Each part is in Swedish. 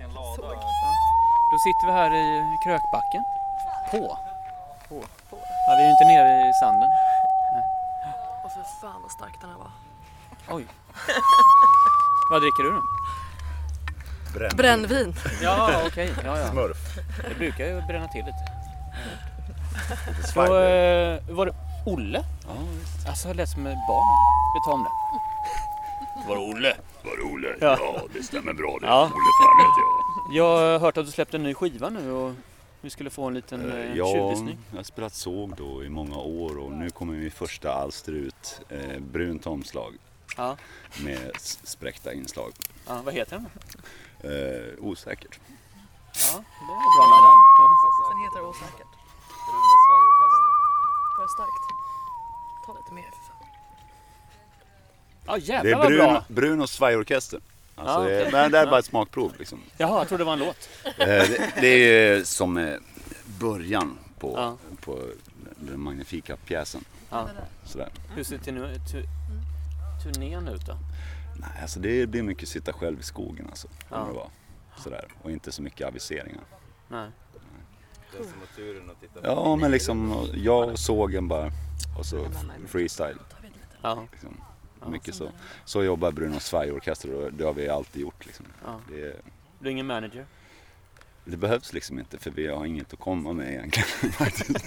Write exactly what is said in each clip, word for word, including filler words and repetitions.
Då sitter vi här i krökbacken. På. På. På. Ja, vi är ju inte nere i sanden. Nej. Och för fan vad stark den här var. Oj. Vad dricker du då? Brännvin. Brännvin. Ja, okej. Okay. Ja, ja. Smurf. Det brukar ju bränna till lite. Lite Så spider. eh, var det Olle? Ja, visst. Alltså jag lät som ett barn. Vi tar om det. Var det Olle? Var det Olle? Ja. Ja, det stämmer bra det. Ja. Olle fan heter jag. Jag har hört att du släppte en ny skiva nu och vi skulle få en liten eh, Ja, tjuvlyssning. jag har spelat såg då i många år och nu kommer min första alster ut. Eh, brunt omslag Ja. med s- spräckta inslag. Ja, vad heter den? Eh, osäkert. Ja, det är bra namn. Ja. Sen heter det osäkert. Var det starkt? Ta lite mer för fan. Ja, Det jävlar är vad brun, bra. brun och svajorkester. Alltså, Ja, okej. eh, men det är Ja. bara ett smakprov liksom. Jaha, jag trodde det var en låt. Eh, det, det är som eh, början på, Ja. på den magnifika pjäsen. Ja. Sådär. Hur ser turn- tu- turnén ut då? Nej, alltså det blir mycket sitta själv i skogen alltså. Ja. Ja. Det var. Sådär. Och inte så mycket aviseringar. Nej. Det är som att turen att titta på. Ja, men liksom jag såg en bara och så freestyle. Ja. Liksom. Ja, Mycket så. Så jobbar Bruno Svajorkester och det har vi alltid gjort. Liksom. Ja. Det, Du är ingen manager? det behövs liksom inte för vi har inget att komma med egentligen. faktiskt.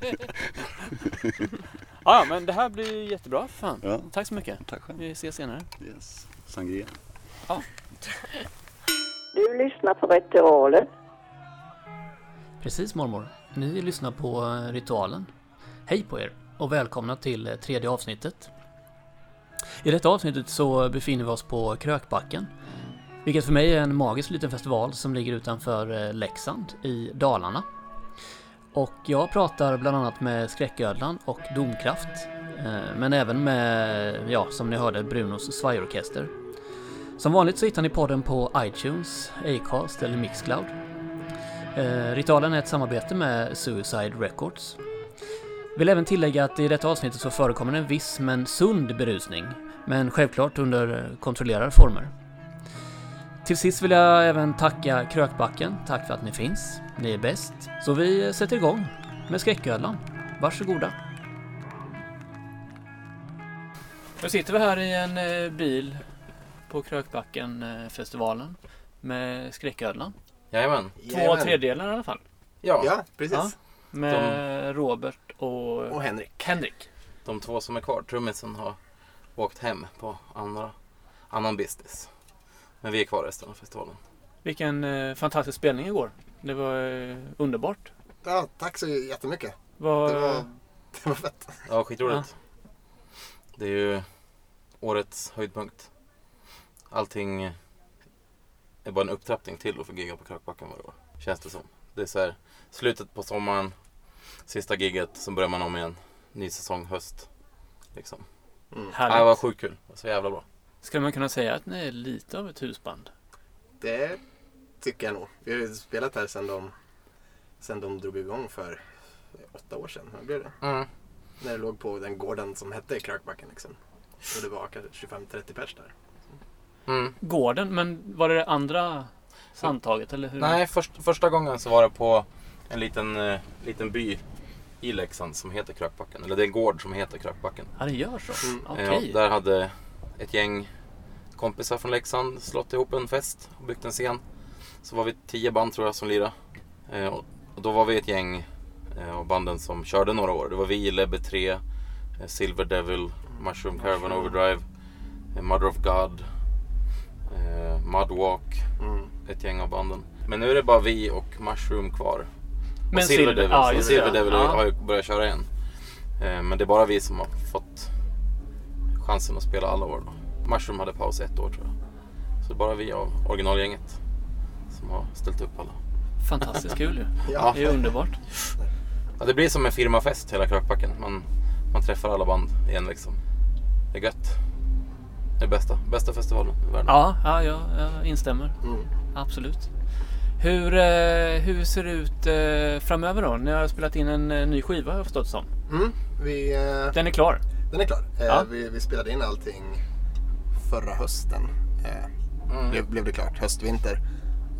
Ja, men det här blir jättebra. Fan. Ja. Tack så mycket. Tack själv. Vi ses senare. Yes. Sangria. Du lyssnar på Ritualen. Precis mormor, ni lyssnar på eh, Ritualen. Hej på er och välkomna till eh, tredje avsnittet. I detta avsnittet så befinner vi oss på Krökbacken, vilket för mig är en magisk liten festival som ligger utanför eh, Leksand i Dalarna. Och jag pratar bland annat med Skräcködlan och Domkraft, eh, men även med, ja, som ni hörde, Brunos Svajorkester. Som vanligt så hittar ni podden på iTunes, Acast eller Mixcloud. Eh, Ritualen är ett samarbete med Suicide Records. Vill även tillägga att i detta avsnittet så förekommer en viss men sund berusning, men självklart under kontrollerade former. Till sist vill jag även tacka Krökbacken, tack för att ni finns, ni är bäst. Så vi sätter igång med Skräcködlan. Varsågoda. Nu sitter vi här i en eh, bil på Krökbacken-festivalen med Skräcködlan. Jajamän. Två tredjedelar i alla fall. Ja, Ja, precis. Ja. Med Robert och, Och Henrik. Henrik. de två som är kvar, trummisen, har åkt hem på andra, annan business. Men vi är kvar resten av festivalen. Vilken eh, fantastisk spelning igår. Det var eh, underbart. Ja, tack så jättemycket. Var, Det var, det var fett. Ja, skitroligt. Det är ju årets höjdpunkt. Allting är bara en upptrappning till att få gigga på Krökbacken varje år. Känns det som. Det är så här, slutet på sommaren, sista gigget, så börjar man om igen. Ny säsong, höst. Liksom. Mm. härligt. Ja, det var sjukt kul. Det var så jävla bra. Ska man kunna säga att ni är lite av ett husband? Det tycker jag nog. Vi har ju spelat här sedan de, sedan de drog igång för åtta år sedan. Vad blev det? Mm. När det låg på den gården som hette Krökbacken. Liksom. Och det var kanske tjugofem trettio pers där. Mm. Gården, men var det det andra samtaget eller hur? Nej, först, första gången så var det på en liten, eh, liten by i Leksand som heter Krökbacken. Eller det är en gård som heter Krökbacken. Ja, det gör så. Mm. Okej. Eh, där hade ett gäng kompisar från Leksand slått ihop en fest och byggt en scen. Så var vi tio band tror jag som lirade. Eh, och, och då var vi ett gäng eh, av banden som körde några år. Det var vi, Lebbe tre, eh, Silver Devil, Mushroom Caravan Overdrive, eh, Mother of God, eh, Mudwalk, Mm. ett gäng av banden. Men nu är det bara vi och Mushroom kvar. Men och Silver Silver- Devil, ja, så just Silver det. Devil Ja. har ju börjat köra igen. Eh, men det är bara vi som har fått chansen att spela alla år då. Mushroom hade paus ett år tror jag. Så det är bara vi av originalgänget som har ställt upp alla. Fantastiskt kul ju. Ja. Det är underbart. Ja, det blir som en firmafest hela Krökbacken. Man, man träffar alla band igen liksom. Det är gött. Det är bästa, bästa festivalen i världen. Ja, ja jag, jag instämmer. Mm. Absolut. Hur, eh, hur ser det ut eh, framöver då? Ni har spelat in en eh, ny skiva har jag förstått som. Mm. Vi, eh, Den är klar. den är klar. Eh, Ja. vi, vi spelade in allting förra hösten. Eh, Mm. blev, blev det klart, höst-vinter.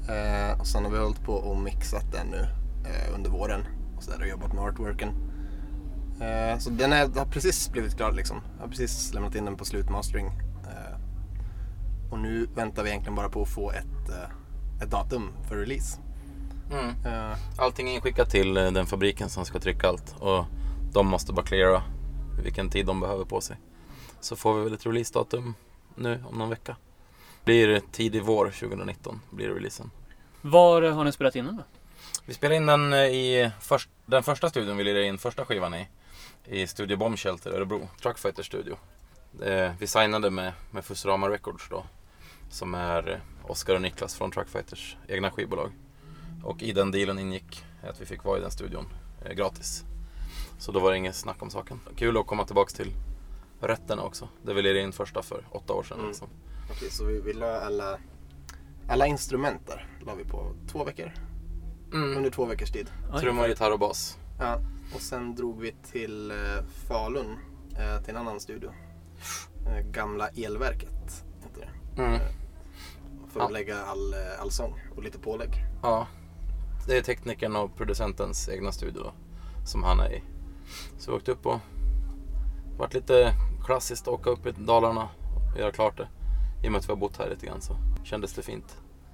Eh, och sen har vi hållit på och mixat den nu eh, under våren. Och så där har jag jobbat med artworken. Eh, så den är, har precis blivit klar liksom. Jag har precis lämnat in den på slutmastering. Eh, och nu väntar vi egentligen bara på att få ett, eh, ett datum för release. Mm. Eh, Allting är inskickat till eh, den fabriken som ska trycka allt. Och de måste bara cleara vilken tid de behöver på sig. Så får vi väl ett releasedatum nu om någon vecka. Blir tidig vår tjugonitton blir releasen. Var har ni spelat in den då? Vi spelade in den i först, den första studion vi lirade in första skivan i. I Studio Bomb Shelter Örebro, Truckfighter Studio. Eh, vi signade med, med Fusurama Records då. Som är eh, Oskar och Niklas från Truckfighters egna skivbolag. Och i den dealen ingick att vi fick vara i den studion eh, gratis. Så då var det inget snack om saken. Kul att komma tillbaka till rötterna också. Det vi lirade in första för åtta år sedan. Mm. Liksom. Okej, så vi, vi la alla, alla instrument där la vi på två veckor. Mm. Under två veckors tid. Trummor, gitarr och bas. Ja, och sen drog vi till eh, Falun, eh, till en annan studio. Eh, gamla Elverket heter det. Mm. Eh, för att Ja. lägga all, eh, all sång och lite pålägg. Ja, det är teknikern och producentens egna studio då, som han är i. Så vi åkte upp och det varit lite klassiskt att åka upp i Dalarna och göra klart det. I och med att vi har bott här lite grann så kändes det fint.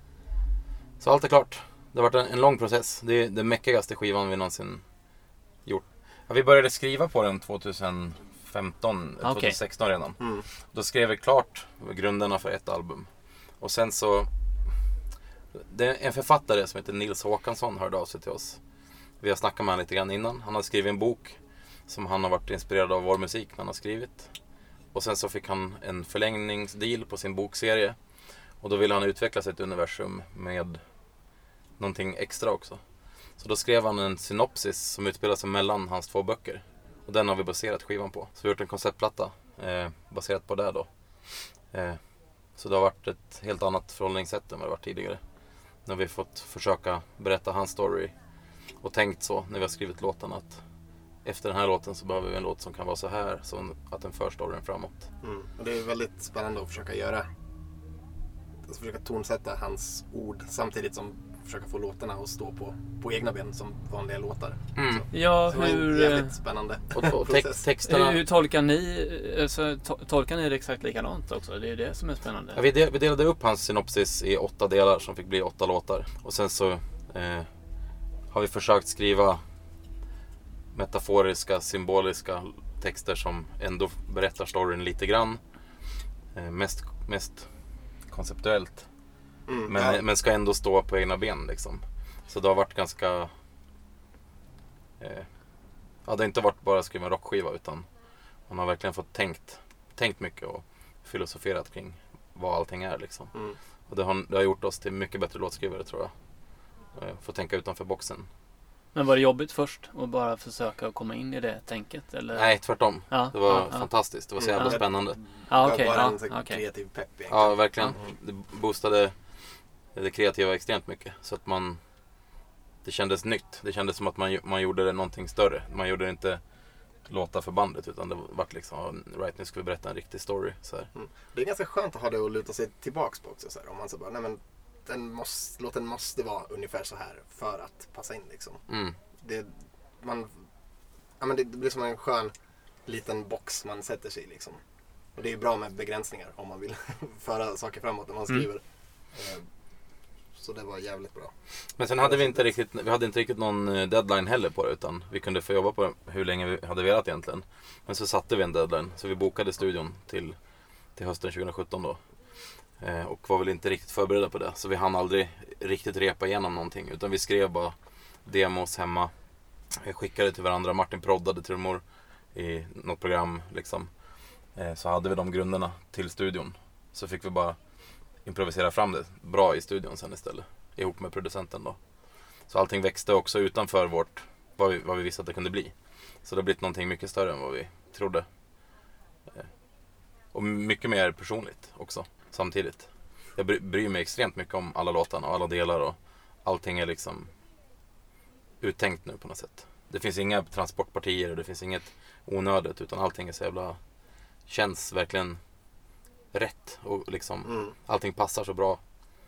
Så allt är klart. Det har varit en, en lång process. Det är den mäckigaste skivan vi någonsin gjort. Ja, vi började skriva på den tjugohundrafemton, Okej. tjugohundrasexton redan. Mm. Då skrev vi klart grunderna för ett album. Och sen så... Det är en författare som heter Nils Håkansson hörde av sig till oss. Vi har snackat med honom lite grann innan. Han har skrivit en bok som han har varit inspirerad av vår musik när han har skrivit. Och sen så fick han en förlängningsdeal på sin bokserie. Och då ville han utveckla sitt universum med någonting extra också. Så då skrev han en synopsis som utspelar sig mellan hans två böcker. Och den har vi baserat skivan på. Så vi har gjort en konceptplatta eh, baserat på det då. Eh, så det har varit ett helt annat förhållningssätt än vad det varit tidigare. När vi fått försöka berätta hans story. Och tänkt så när vi har skrivit låten att efter den här låten så behöver vi en låt som kan vara så här. Så att den för storyn framåt. Mm. Och det är väldigt spännande att försöka göra. Att försöka tonsätta hans ord samtidigt som försöka få låtarna att stå på, på egna ben som vanliga låtar. Mm. Så, Ja, så det var en hur, eh, jävligt spännande Och, och te- process. texterna... hur tolkar ni, alltså, to- tolkar ni det exakt likadant också? Det är det som är spännande. Ja, vi, del, vi delade upp hans synopsis i åtta delar som fick bli åtta låtar. Och sen så eh, har vi försökt skriva metaforiska, symboliska texter som ändå berättar storyn lite grann. Eh, mest, mest konceptuellt. Mm, Men, ja. men ska ändå stå på egna ben liksom. Så det har varit ganska... Eh, ja, det har inte varit bara att skriva en rockskiva utan man har verkligen fått tänkt, tänkt mycket och filosoferat kring vad allting är liksom. Mm. Och det har, det har gjort oss till mycket bättre låtskrivare tror jag. Eh, Få tänka utanför boxen. Men var det jobbigt först att bara försöka komma in i det tänket? Eller? Nej, tvärtom. Ja, Det var ja, ja. fantastiskt. Det var så Mm. jävla Ja. spännande. Ja, Det okej. var bara Ja, en så här okej. kreativ pepp egentligen. Ja, verkligen. Det boostade det kreativa extremt mycket. Så att man... Det kändes nytt. Det kändes som att man, man gjorde det någonting större. Man gjorde det inte låta för bandet utan det var liksom, right, nu ska vi berätta en riktig story. Så här. Mm. Det är ganska skönt att ha det att luta sig tillbaks på också. Så här, om man så bara, nej men den måste, låten måste vara ungefär så här för att passa in liksom. Mm. Det, man, ja, men det, det blir som en skön liten box man sätter sig i liksom. Och det är ju bra med begränsningar om man vill föra saker framåt när man Mm. skriver. Eh, Så det var jävligt bra. Men sen hade vi inte riktigt, vi hade inte riktigt någon deadline heller på det utan vi kunde få jobba på det hur länge vi hade velat egentligen. Men så satte vi en deadline så vi bokade studion till, till hösten tjugosjutton då. Eh, och var väl inte riktigt förberedda på det så vi hann aldrig riktigt repa igenom någonting utan vi skrev bara demos hemma. Vi skickade till varandra, Martin proddade trummor i något program liksom. Eh, så hade vi de grunderna till studion. Så fick vi bara improvisera fram det bra i studion sen istället. Ihop med producenten då. Så allting växte också utanför vårt, vad vi, vad vi visste att det kunde bli. Så det har blivit någonting mycket större än vad vi trodde. Eh, och mycket mer personligt också, samtidigt. Jag bry, bryr mig extremt mycket om alla låtarna och alla delar och allting är liksom uttänkt nu på något sätt. Det finns inga transportpartier och det finns inget onödigt utan allting är så jävla, känns verkligen rätt och liksom Mm. allting passar så bra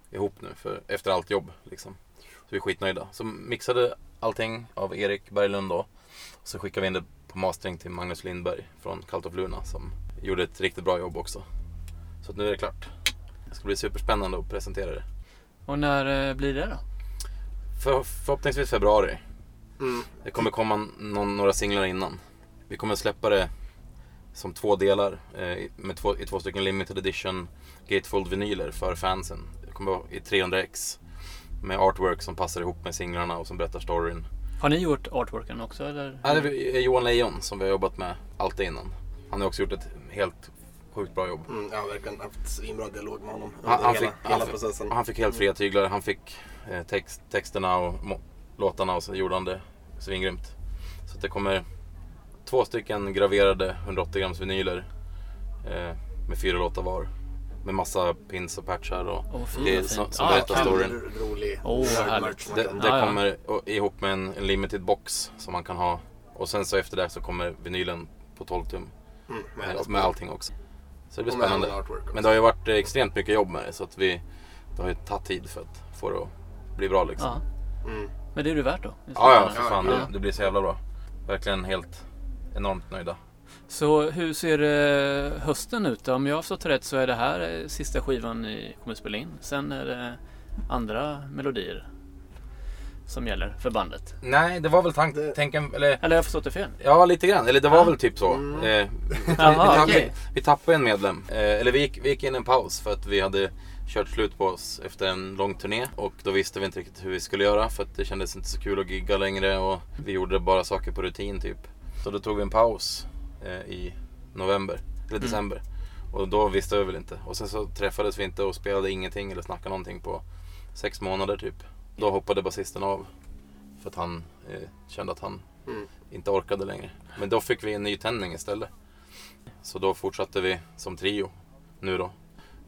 ihop nu för, efter allt jobb liksom. Så vi är skitnöjda. Så mixade allting av Erik Berglund då. Och så skickade vi in det på mastering till Magnus Lindberg från Cult of Luna som gjorde ett riktigt bra jobb också. Så att nu är det klart. Det ska bli superspännande att presentera det. Och när eh, blir det då? För, förhoppningsvis februari. Mm. Det kommer komma någon, några singlar innan. Vi kommer släppa det som två delar eh, med två, i två stycken limited edition gatefold vinyler för fansen. Det kommer vara i trehundra ex med artwork som passar ihop med singlarna och som berättar storyn. Har ni gjort artworken också eller? Ja, det är Johan Lejon som vi har jobbat med allt innan. Han har också gjort ett helt sjukt bra jobb. Mm, jag har verkligen haft svinbra dialog med honom under Han, han, hela, fick, hela han, processen. han fick helt fria tyglar. Han fick eh, text, texterna och må, låtarna och så gjorde han det svingrymt. Så att det kommer två stycken graverade hundraåttio grams vinyler eh, med fyra låtar var. Med massa pins och patchar och Åh, fint, det är fint. som, som Ah, berättar kul. storyn. Rolig. Åh, vad nörd härligt. merch man Det, kan- det Ja, ja. kommer o- ihop med en, en limited box som man kan ha. Och sen så efter det så kommer vinylen på tolv tum. Mm, Med, med, med allting också. Så det blir och med spännande. all artwork också. Men det har ju varit eh, extremt mycket jobb med det. Så att vi, det har ju tagit tid för att få det att bli bra liksom. Ja. Mm. Men det är du värt då? i Ja, ja, slutändan. för fan. Ja. Det, det blir så jävla bra. Verkligen helt enormt nöjda. Så hur ser eh, hösten ut då? Om jag har förstått rätt så är det här eh, sista skivan ni kommer spela in. Sen är det andra melodier som gäller för bandet. Nej, det var väl tank- tänken, eller Eller har jag förstått det fel? ja, lite grann. Eller det var Ja. väl typ så. Mm. Eh, vi, vi, Jaha, tapp- okej. vi tappade en medlem. Eh, eller vi gick, vi gick in en paus för att vi hade kört slut på oss efter en lång turné. Och då visste vi inte riktigt hur vi skulle göra för att det kändes inte så kul att gigga längre. Och vi gjorde bara saker på rutin typ. Så då tog vi en paus eh, i november, eller december. Och då visste vi väl inte. Och sen så träffades vi inte och spelade ingenting eller snackade någonting på sex månader typ. Då hoppade basisten av. För att han eh, kände att han Mm. inte orkade längre. Men då fick vi en ny tändning istället. Så då fortsatte vi som trio nu då.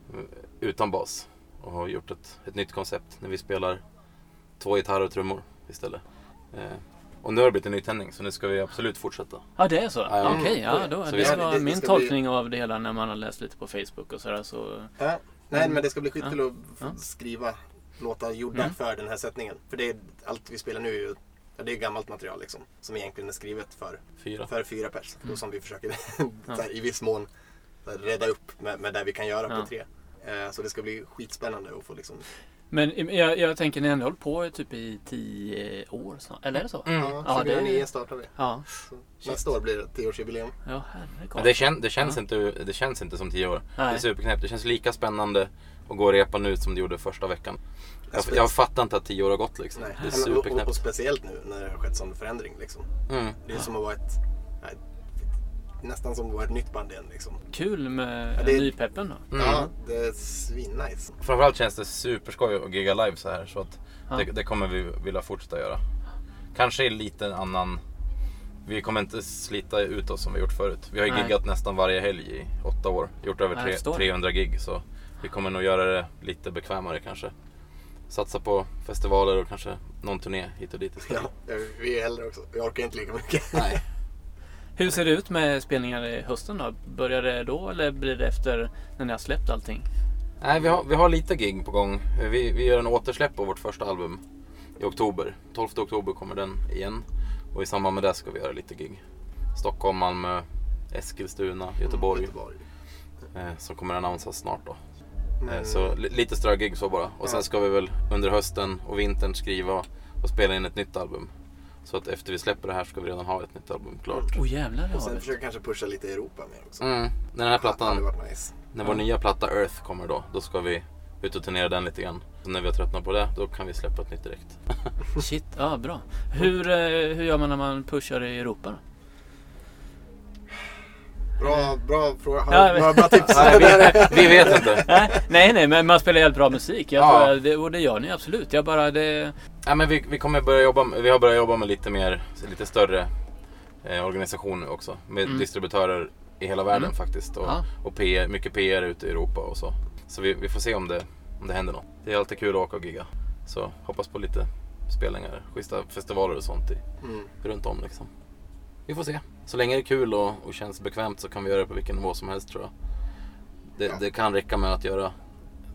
Utan bas. Och har gjort ett, ett nytt koncept när vi spelar två gitarrer och trummor istället. Eh, och nu har det blivit en ny tändning så nu ska vi absolut fortsätta. Ja, det är så? Ja, ja. Okej, ja, då, Så det vi- var det- det min ska tolkning av det hela när man har läst lite på Facebook och sådär. Så, Ja. Nej, men det ska bli skitkul att få Ja. skriva låtar gjorda Mm. för den här sättningen. För det är, allt vi spelar nu är ju ja, det är gammalt material liksom. Som egentligen är skrivet för, Fyra. för fyra pers. Mm. Och som vi försöker Ja. så här, i viss mån så här, reda upp med, med det vi kan göra Ja. på tre. Eh, så det ska bli skitspännande att få liksom... men jag, jag tänker ni har ändå hållit på typ i tio år snart. Eller är det så? Mm. Ja, Ja, det- tjugohundranio startar vi. Ja, Så nästa år blir det tioårsjubileum. ja herregud. Men det, kän, det, känns Ja. inte, det känns inte som tio år. Det är Nej. superknäppt. Det känns lika spännande att gå och repa nu som det gjorde första veckan. Jag, Alltså, jag fattar inte att tio år har gått liksom. Nej. Det är Men, och, och, och superknäppt. speciellt nu när det har skett sån förändring liksom. Mm. Det är som att vara ett... Nej, nästan som att vara ett nytt band igen liksom. Kul med Ja, det- nypeppen då. Mm. Ja, det är svinnice. Framförallt känns det superskoj att gigga live så här. Så att Ja. det, det kommer vi vilja fortsätta göra. Kanske i lite annan... Vi kommer inte slita ut oss som vi gjort förut. Vi har ju Nej. giggat nästan varje helg i åtta år. Gjort över Ja, jag tre, förstår. trehundra gig. Så vi kommer nog göra det lite bekvämare kanske. Satsa på festivaler och kanske någon turné hit och dit istället. Ja, vi är äldre också. Vi orkar inte lika mycket. Nej. Hur ser det ut med spelningar i hösten då? Börjar det då eller blir det efter när ni har släppt allting? Nej, vi har, vi har lite gig på gång. Vi, vi gör en återsläpp på vårt första album i oktober. tolfte oktober kommer den igen. Och i samband med det ska vi göra lite gig. Stockholm, Malmö, Eskilstuna, Göteborg. Mm, Göteborg. Eh, som kommer annonsas snart då. Men, Eh, så li, lite strögig så bara. Och sen Ja. ska vi väl under hösten och vintern skriva och spela in ett nytt album. Så att efter vi släpper det här ska vi redan ha ett nytt album klart. Åh oh, jävlar, det och har sen vi. försöka kanske pusha lite i Europa mer också. Mm. När den här Det plattan... hade varit nice. När vår Ja. nya platta Earth kommer då, då ska vi ut och turnera den lite grann. Så när vi har tröttnat på det, då kan vi släppa ett nytt direkt. Shit, ja bra. Hur, eh, hur gör man när man pushar i Europa då? Bra, bra fråga. Har Ja, du men- några bra tips? Nej, vi, vi vet inte. Nej, nej, nej, men man spelar helt bra musik. Jag Ja. tror, det, och det gör ni absolut. Jag bara, det... Ja, men vi, vi kommer börja jobba med, vi har börjat jobba med lite mer, lite större eh, organisationer också. Med Mm. distributörer i hela världen Mm. faktiskt. Och, Ja. och P R, mycket P R ute i Europa och så. Så vi, vi får se om det, om det händer något. Det är alltid kul att åka och gigga. Så hoppas på lite spelningar, schyssta festivaler och sånt i, Mm. runt om liksom. Vi får se. Så länge det är kul och, och känns bekvämt så kan vi göra det på vilken nivå som helst tror jag. Det, Ja. det kan räcka med att göra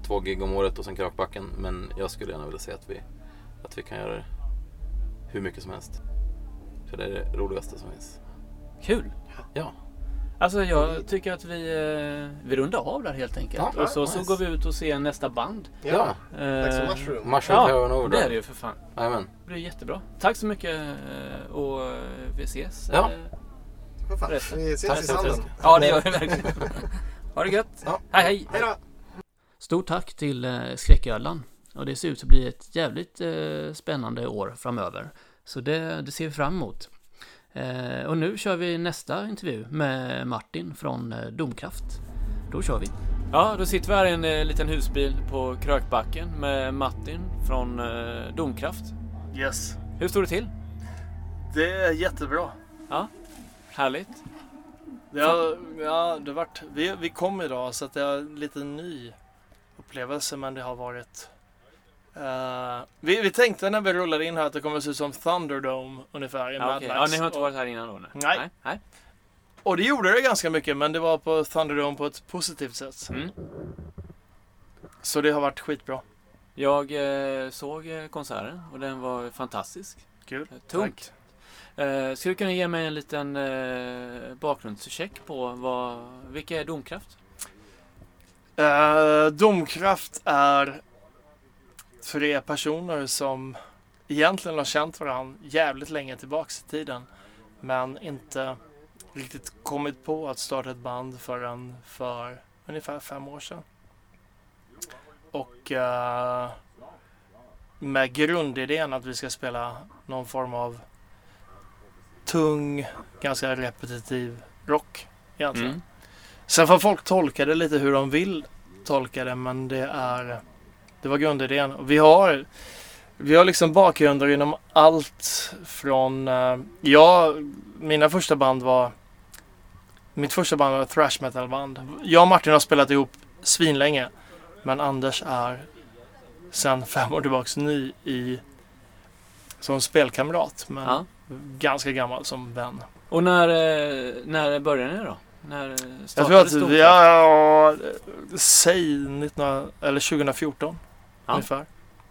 två gig om året och sen Krökbacken. Men jag skulle gärna vilja se att vi, att vi kan göra det hur mycket som helst. För det är det roligaste som finns. Kul! Ja. Alltså jag tycker att vi, eh, vi rundar av där helt enkelt. Ja, och så, nice. så går vi ut och ser nästa band. Ja, Eh, tack så Mushroom. Mushroom Ja, Power and Overdrive. det är det ju för fan. Jajamän. Det blir jättebra. Tack så mycket eh, och eh, vi ses. Ja. eh, För fan. Förresten. Vi Tack ses i så sanden. mycket. Ja, det gör vi verkligen. Ha det gött. Ja. Hej hej. Hej då! Stort tack till eh, Skräcködlan. Och det ser ut att bli ett jävligt eh, spännande år framöver. Så det, det ser vi fram emot. Eh, och nu kör vi nästa intervju med Martin från eh, Domkraft. Då kör vi. Ja, då sitter vi här i en eh, liten husbil på Krökbacken med Martin från eh, Domkraft. Yes, Hur står det till? det är jättebra. Ja, härligt. Det har, ja, det har varit, vi, vi kom idag så att det är en liten ny upplevelse, men det har varit... Uh, vi, vi tänkte när vi rullade in här att det kommer att se ut som Thunderdome ungefär i Ja, Mad okej. Max. Ja, ni har inte och, varit här innan då? Nej. Nej. Nej. Nej. och det gjorde det ganska mycket, men det var på Thunderdome på ett positivt sätt. Mm. Så det har varit skitbra. Jag eh, såg eh, konserten och den var fantastisk. Kul. Tungt. Eh, ska du kunna ge mig en liten eh, bakgrundscheck på vad, vilka är Domkraft? Uh, Domkraft är tre personer som egentligen har känt varandra jävligt länge tillbaks i tiden, men inte riktigt kommit på att starta ett band förrän för ungefär fem år sedan. Och uh, med grundidén att vi ska spela någon form av tung, ganska repetitiv rock egentligen. Mm. Sen får folk tolka det lite hur de vill tolka det, men det är det var grundidén. Och vi har vi har liksom bakgrunder inom allt från uh, ja, mina första band var mitt första band var ett thrash metal band. Jag och Martin har spelat ihop svinlänge, men Anders är sen fem år tillbaks ny i som spelkamrat, men Ja. ganska gammal som vän. Och när, eh, när började ni då? När Jag tror startades att vi Domkraft? ja, säg nitton, eller tjugohundrafjorton Ja. ungefär.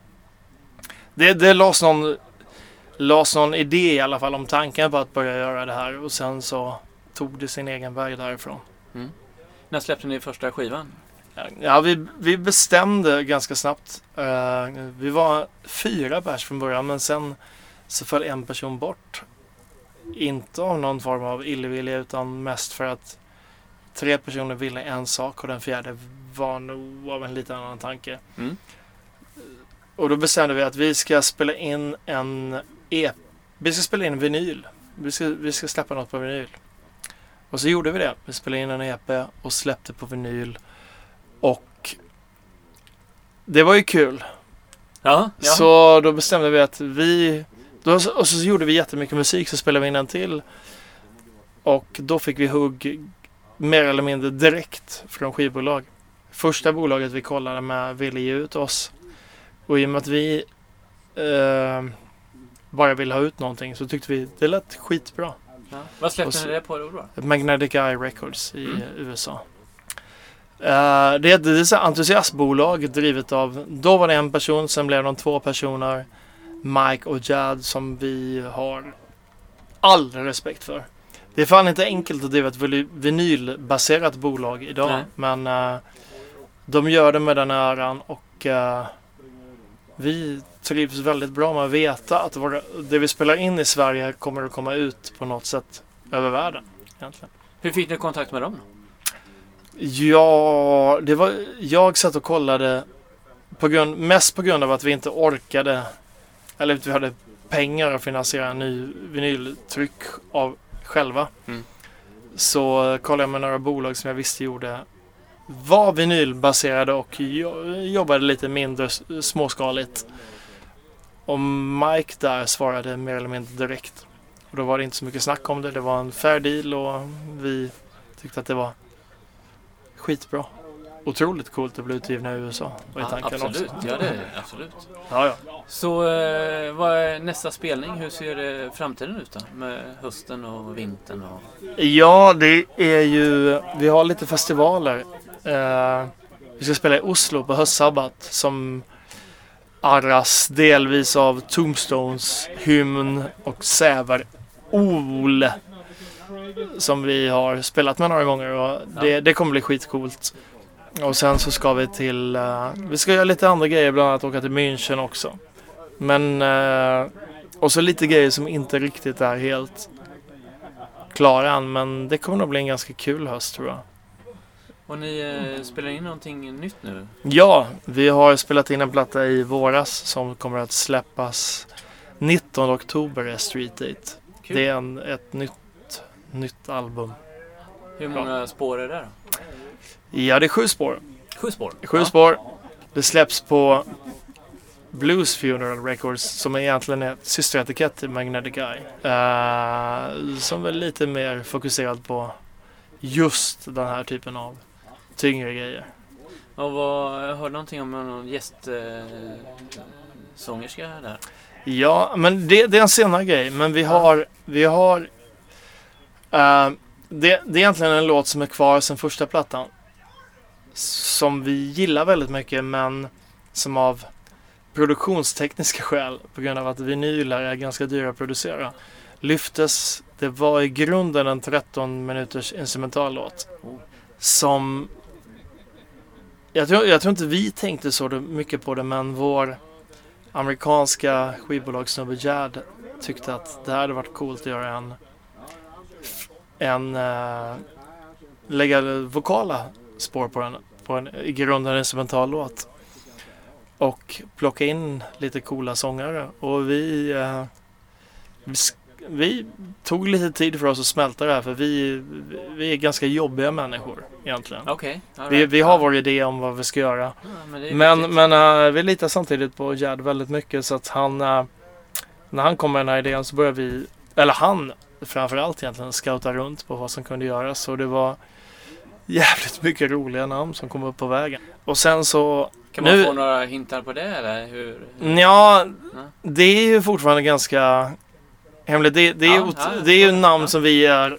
Det, det lades, någon, lades någon idé i alla fall om tanken på att börja göra det här, och sen så tog det sin egen väg därifrån. Mm. När släppte ni första skivan? Ja, vi, vi bestämde ganska snabbt. Uh, vi var fyra pers från början, men sen så föll en person bort. Inte av någon form av illvilja, utan mest för att tre personer ville en sak och den fjärde var nog av en lite annan tanke. Mm. Och då bestämde vi att vi ska spela in en E P. Vi ska spela in vinyl. Vi ska, vi ska släppa något på vinyl. Och så gjorde vi det. Vi spelade in en E P och släppte på vinyl. Och det var ju kul. Ja, ja. Så då bestämde vi att vi... Då, och så, så gjorde vi jättemycket musik, så spelade vi in en till. Och då fick vi hugg mer eller mindre direkt från skivbolag. Första bolaget vi kollade med ville ge ut oss. Och i och med att vi eh, bara ville ha ut någonting, så tyckte vi det lät skitbra. Ja. Vad släppte Och så- ni det på då? då? Magnetic Eye Records i Mm. U S A. Uh, det är ett, det är ett så här entusiastbolag drivet av, då var det en person, sen blev de två personer, Mike och Jad, som vi har all respekt för. Det är fan inte enkelt att driva ett vily- vinylbaserat bolag idag, Nej. men uh, de gör det med den äran, och uh, vi trivs väldigt bra med att veta att våra, det vi spelar in i Sverige kommer att komma ut på något sätt över världen egentligen. Hur fick ni kontakt med dem då? Ja, det var, jag satt och kollade på grund, mest på grund av att vi inte orkade, eller att vi hade pengar att finansiera en ny vinyltryck av själva. Mm. Så kollade jag med några bolag som jag visste gjorde var vinylbaserade och jo, jobbade lite mindre s- småskaligt. Och Mike där svarade mer eller mindre direkt. Och då var det inte så mycket snack om det. Det var en fair deal och vi tyckte att det var skitbra. Otroligt coolt att bli utgivna i U S A. Var i Ja, tanken absolut, också. ja det är det, absolut. Ja, ja. Så eh, vad är nästa spelning? Hur ser eh, framtiden ut då? Med hösten och vintern och... Ja, det är ju... Vi har lite festivaler. Eh, Vi ska spela i Oslo på höstsabbat som arras delvis av Tombstones, Hymn och Sävar Ol som vi har spelat med några gånger och det, det kommer bli skitcoolt. Och sen så ska vi till uh, vi ska göra lite andra grejer, bland annat åka till München också. Men uh, och så lite grejer som inte riktigt är helt klara än, men det kommer nog bli en ganska kul höst tror jag. Och ni eh, spelar in någonting nytt nu? Ja, vi har spelat in en platta i våras som kommer att släppas nittonde oktober är Street Date. Kul. Det är en, ett nytt, nytt album. Hur många ja. spår är det då? Ja, det är sju spår. Sju spår? Sju ja. spår. Det släpps på Blues Funeral Records som är egentligen är ett systeretikett till Magnetic Eye. Uh, som är lite mer fokuserad på just den här typen av tyngre grejer. Och vad, jag hörde någonting om någon gästsångerska eh, där. Ja, men det, det är en senare grej. Men vi har, vi har uh, det, det är egentligen en låt som är kvar sen första plattan. Som vi gillar väldigt mycket, men som av produktionstekniska skäl, på grund av att vinyler är ganska dyra att producera, lyftes. Det var i grunden en tretton minuters instrumentallåt som jag tror, jag tror inte vi tänkte så mycket på det, men vår amerikanska skivbolagssnubbe Jad tyckte att det hade varit coolt att göra en en uh, lägga vokala spår på en, på en i grunden instrumentallåt och plocka in lite coola sångare, och vi uh, vi, vi tog lite tid för oss att smälta det här, för vi, vi är ganska jobbiga människor egentligen. Okay, right. vi, vi har vår idé om vad vi ska göra. Ja, men men, men uh, vi litar samtidigt på Jad väldigt mycket, så att han uh, när han kommer med den här idén så börjar vi, eller han framförallt egentligen, scouta runt på vad som kunde göras, och det var jävligt mycket roliga namn som kom upp på vägen. Och sen så kan man nu, få några hintar på det eller hur? hur? Ja, det är ju fortfarande ganska hemligt. Det, det är, ja, ju, ja, det är ju namn ja. som vi är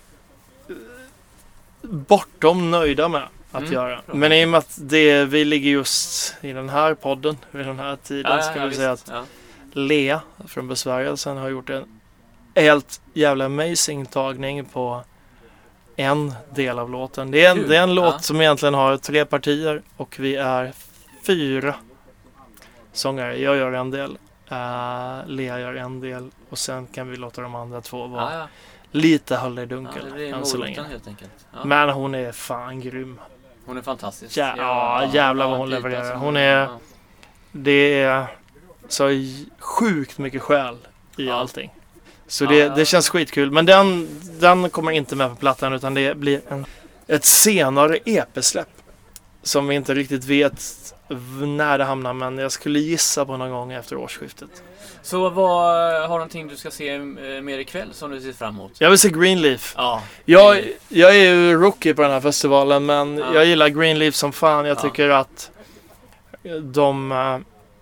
bortom nöjda med att mm, göra. Bra. Men i och med att det, vi ligger just i den här podden vid den här tiden, ja, ja, ska ja, vi visst. säga att ja. Lea från Besvärjelsen har gjort en helt jävla amazing tagning på en del av låten. Det är en, det är en låt ja. som egentligen har tre partier och vi är fyra sångare. Jag gör en del, uh, Lea gör en del och sen kan vi låta de andra två vara ja, ja. lite halvdunkel ja, det än så länge. Helt enkelt. Ja. Men hon är fan grym. Hon är fantastisk. Ja, ja jävlar vad hon levererar. Hon är ja. det är så sjukt mycket själ i ja. allting. Så det, det känns skitkul. Men den, den kommer inte med på plattan, utan det blir en, ett senare E P-släpp som vi inte riktigt vet när det hamnar, men jag skulle gissa på någon gång efter årsskiftet. Så vad har någonting du ska se mer ikväll som du ser fram emot? Jag vill se Greenleaf. Ja, jag, jag är ju rookie på den här festivalen, men ja. jag gillar Greenleaf som fan. Jag ja. tycker att de...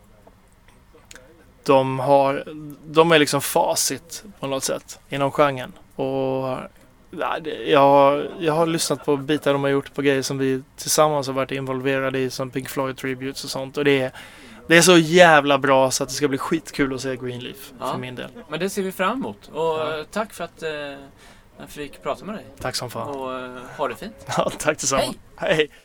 De har, de är liksom facit på något sätt inom genren. Och jag har, jag har lyssnat på bitar de har gjort på grejer som vi tillsammans har varit involverade i, som Pink Floyd Tributes och sånt. Och det är, det är så jävla bra så att det ska bli skitkul att se Greenleaf ja, för min del. Men det ser vi fram emot. Och ja. tack för att eh, jag fick prata med dig. Tack som fan. Och eh, ha det fint. Ja, tack detsamma. Hej! Hej!